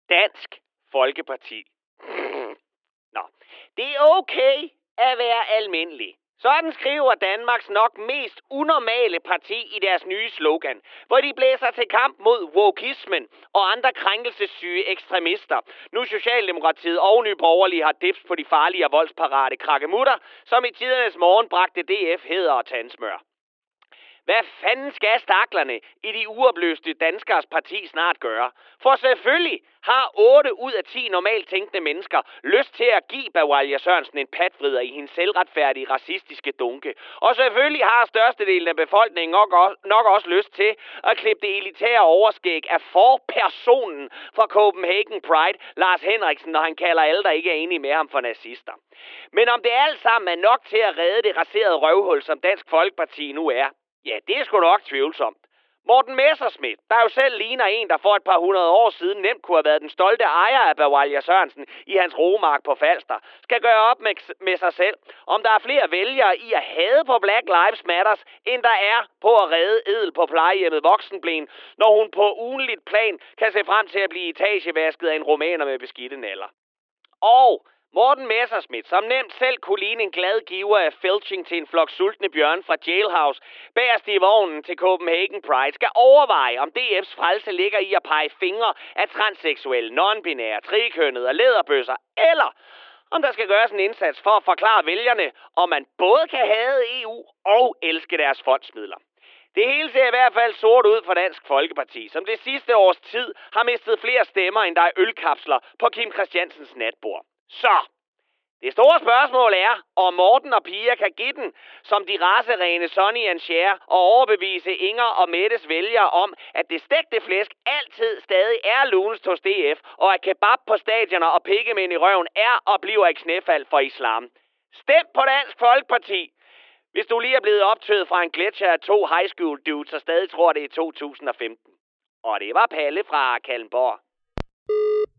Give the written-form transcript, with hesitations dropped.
Dansk Folkeparti. Nå, det er okay at være almindelig. Sådan skriver Danmarks nok mest unormale parti i deres nye slogan, hvor de blæser til kamp mod wokismen og andre krænkelsessyge ekstremister. Nu Socialdemokratiet og Nye Borgerlige har dips på de farlige og voldsparate krakkemutter, som i tidernes morgen bragte DF hæder og tandsmør. Hvad fanden skal staklerne i de uopløste danskers parti snart gøre? For selvfølgelig har 8 ud af 10 normalt tænkende mennesker lyst til at give Bawalya Sørensen en patvrider i hendes selvretfærdige racistiske dunke. Og selvfølgelig har størstedelen af befolkningen nok også lyst til at klippe det elitære overskæg af forpersonen for Copenhagen Pride, Lars Henriksen, når han kalder alle, der ikke er enige med ham, for nazister. Men om det alt sammen er nok til at redde det raserede røvhul, som Dansk Folkeparti nu er, ja, det er sgu nok tvivlsomt. Morten Messerschmidt, der jo selv ligner en, der for et par hundrede år siden nemt kunne have været den stolte ejer af Bawalya Sørensen i hans roemark på Falster, skal gøre op med sig selv, om der er flere vælgere i at hade på Black Lives Matters, end der er på at redde Edel på plejehjemmet Voksenblen, når hun på ugenligt plan kan se frem til at blive etagevasket af en rumæner med beskidte naller. Og Morten Messerschmidt, som nemt selv kunne ligne en glad giver af felching til en flok sultne bjørn fra Jailhouse, bagerst i vognen til Copenhagen Pride, skal overveje, om DF's frelse ligger i at pege fingre af transseksuelle, non-binære, trikønnede og læderbøsser, eller om der skal gøres en indsats for at forklare vælgerne, om man både kan hade EU og elske deres fondsmidler. Det hele ser i hvert fald sort ud for Dansk Folkeparti, som det sidste års tid har mistet flere stemmer, end der er ølkapsler på Kim Christiansens natbord. Så det store spørgsmål er, om Morten og Pia kan give den som de racerene Sonny and Cher og overbevise Inger og Mettes vælgere om, at det stegte flæsk altid stadig er lunest hos DF, og at kebab på stadioner og pikkemænd i røven er og bliver et knæfald for islam. Stem på Dansk Folkeparti, hvis du lige er blevet optøet fra en gletscher af 2 high school dudes og stadig tror, det er 2015. Og det var Palle fra Kalmborg.